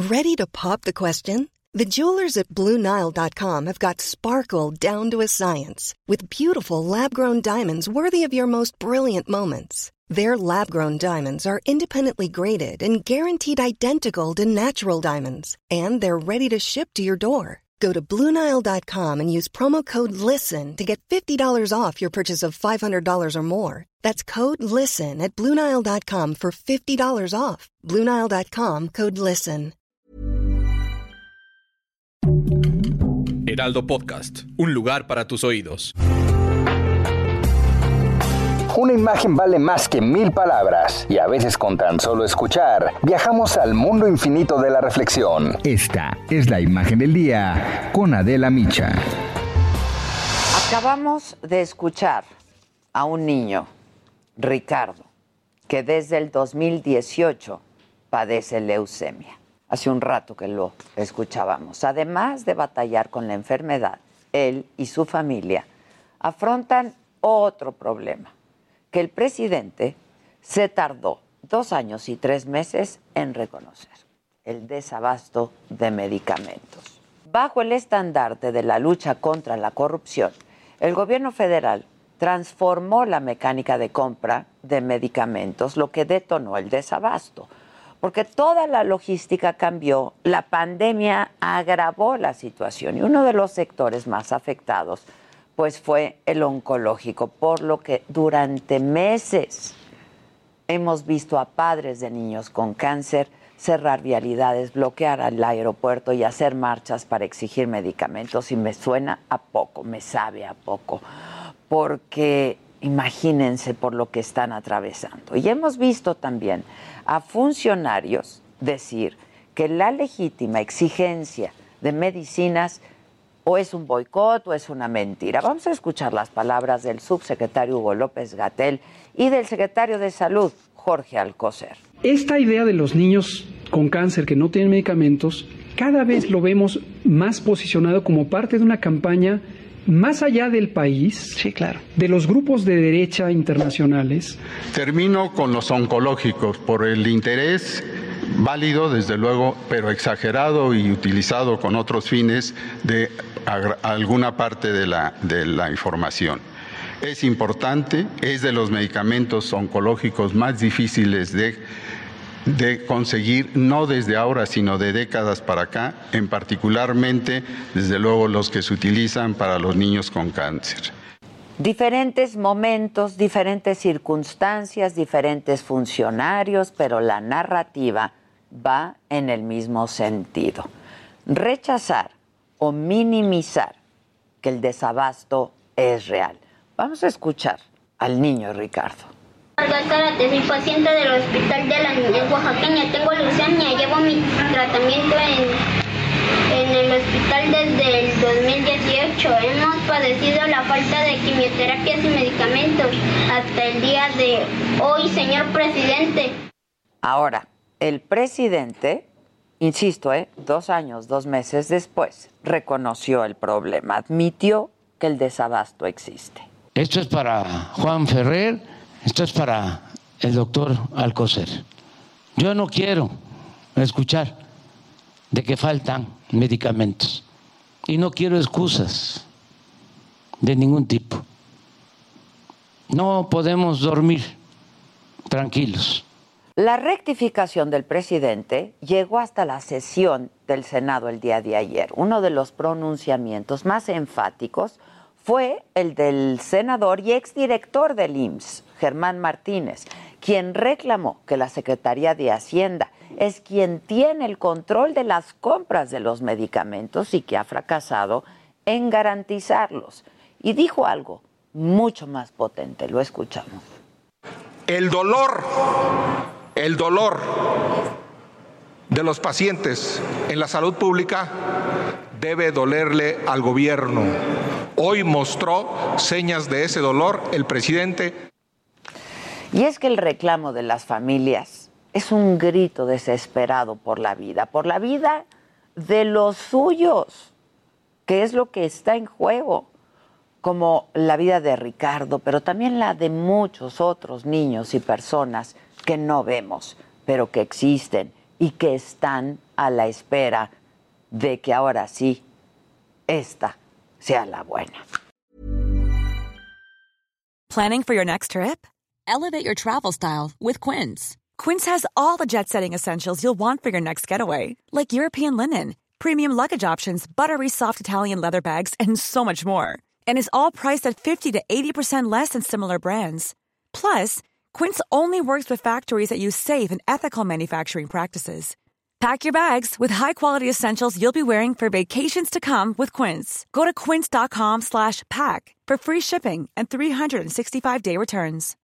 Ready to pop the question? The jewelers at BlueNile.com have got sparkle down to a science with beautiful lab-grown diamonds worthy of your most brilliant moments. Their lab-grown diamonds are independently graded and guaranteed identical to natural diamonds, and they're ready to ship to your door. Go to BlueNile.com and use promo code LISTEN to get $50 off your purchase of $500 or more. That's code LISTEN at BlueNile.com for $50 off. BlueNile.com, code LISTEN. Heraldo Podcast, un lugar para tus oídos. Una imagen vale más que 1000 palabras, y a veces con tan solo escuchar, viajamos al mundo infinito de la reflexión. Esta es la imagen del día, con Adela Micha. Acabamos de escuchar a un niño, Ricardo, que desde el 2018 padece leucemia. Hace un rato que lo escuchábamos. Además de batallar con la enfermedad, él y su familia afrontan otro problema, que el presidente se tardó 2 años y 3 meses en reconocer: el desabasto de medicamentos. Bajo el estandarte de la lucha contra la corrupción, el gobierno federal transformó la mecánica de compra de medicamentos, lo que detonó el desabasto. Porque toda la logística cambió, la pandemia agravó la situación y uno de los sectores más afectados pues fue el oncológico, por lo que durante meses hemos visto a padres de niños con cáncer cerrar vialidades, bloquear el aeropuerto y hacer marchas para exigir medicamentos, y me suena a poco, me sabe a poco, porque imagínense por lo que están atravesando. Y hemos visto también a funcionarios decir que la legítima exigencia de medicinas o es un boicot o es una mentira. Vamos a escuchar las palabras del subsecretario Hugo López-Gatell y del secretario de Salud, Jorge Alcocer. Esta idea de los niños con cáncer que no tienen medicamentos, cada vez lo vemos más posicionado como parte de una campaña más allá del país, sí, claro, de los grupos de derecha internacionales. Termino con los oncológicos por el interés válido, desde luego, pero exagerado y utilizado con otros fines de alguna parte de la información. Es importante, es de los medicamentos oncológicos más difíciles de conseguir, no desde ahora, sino de décadas para acá, en particularmente, desde luego, los que se utilizan para los niños con cáncer. Diferentes momentos, diferentes circunstancias, diferentes funcionarios, pero la narrativa va en el mismo sentido: rechazar o minimizar que el desabasto es real. Vamos a escuchar al niño Ricardo. Zárate, soy paciente del Hospital de la Niñez Oaxaqueña. Tengo leucemia, llevo mi tratamiento en el hospital desde el 2018. Hemos padecido la falta de quimioterapias y medicamentos hasta el día de hoy, señor presidente. Ahora, el presidente, insisto, 2 años, 2 meses después, reconoció el problema, admitió que el desabasto existe. Esto es para Juan Ferrer, esto es para el doctor Alcocer. Yo no quiero escuchar de que faltan medicamentos y no quiero excusas de ningún tipo. No podemos dormir tranquilos. La rectificación del presidente llegó hasta la sesión del Senado el día de ayer. Uno de los pronunciamientos más enfáticos fue el del senador y exdirector del IMSS, Germán Martínez, quien reclamó que la Secretaría de Hacienda es quien tiene el control de las compras de los medicamentos y que ha fracasado en garantizarlos. Y dijo algo mucho más potente, lo escuchamos. El dolor de los pacientes en la salud pública debe dolerle al gobierno. Hoy mostró señas de ese dolor el presidente. Y es que el reclamo de las familias es un grito desesperado por la vida de los suyos, que es lo que está en juego, como la vida de Ricardo, pero también la de muchos otros niños y personas que no vemos, pero que existen y que están a la espera de que ahora sí esta sea la buena. Planning for your next trip? Elevate your travel style with Quince. Quince has all the jet-setting essentials you'll want for your next getaway, like European linen, premium luggage options, buttery soft Italian leather bags, and so much more. And is all priced at 50 to 80% less than similar brands. Plus, Quince only works with factories that use safe and ethical manufacturing practices. Pack your bags with high-quality essentials you'll be wearing for vacations to come with Quince. Go to quince.com/pack for free shipping and 365-day returns.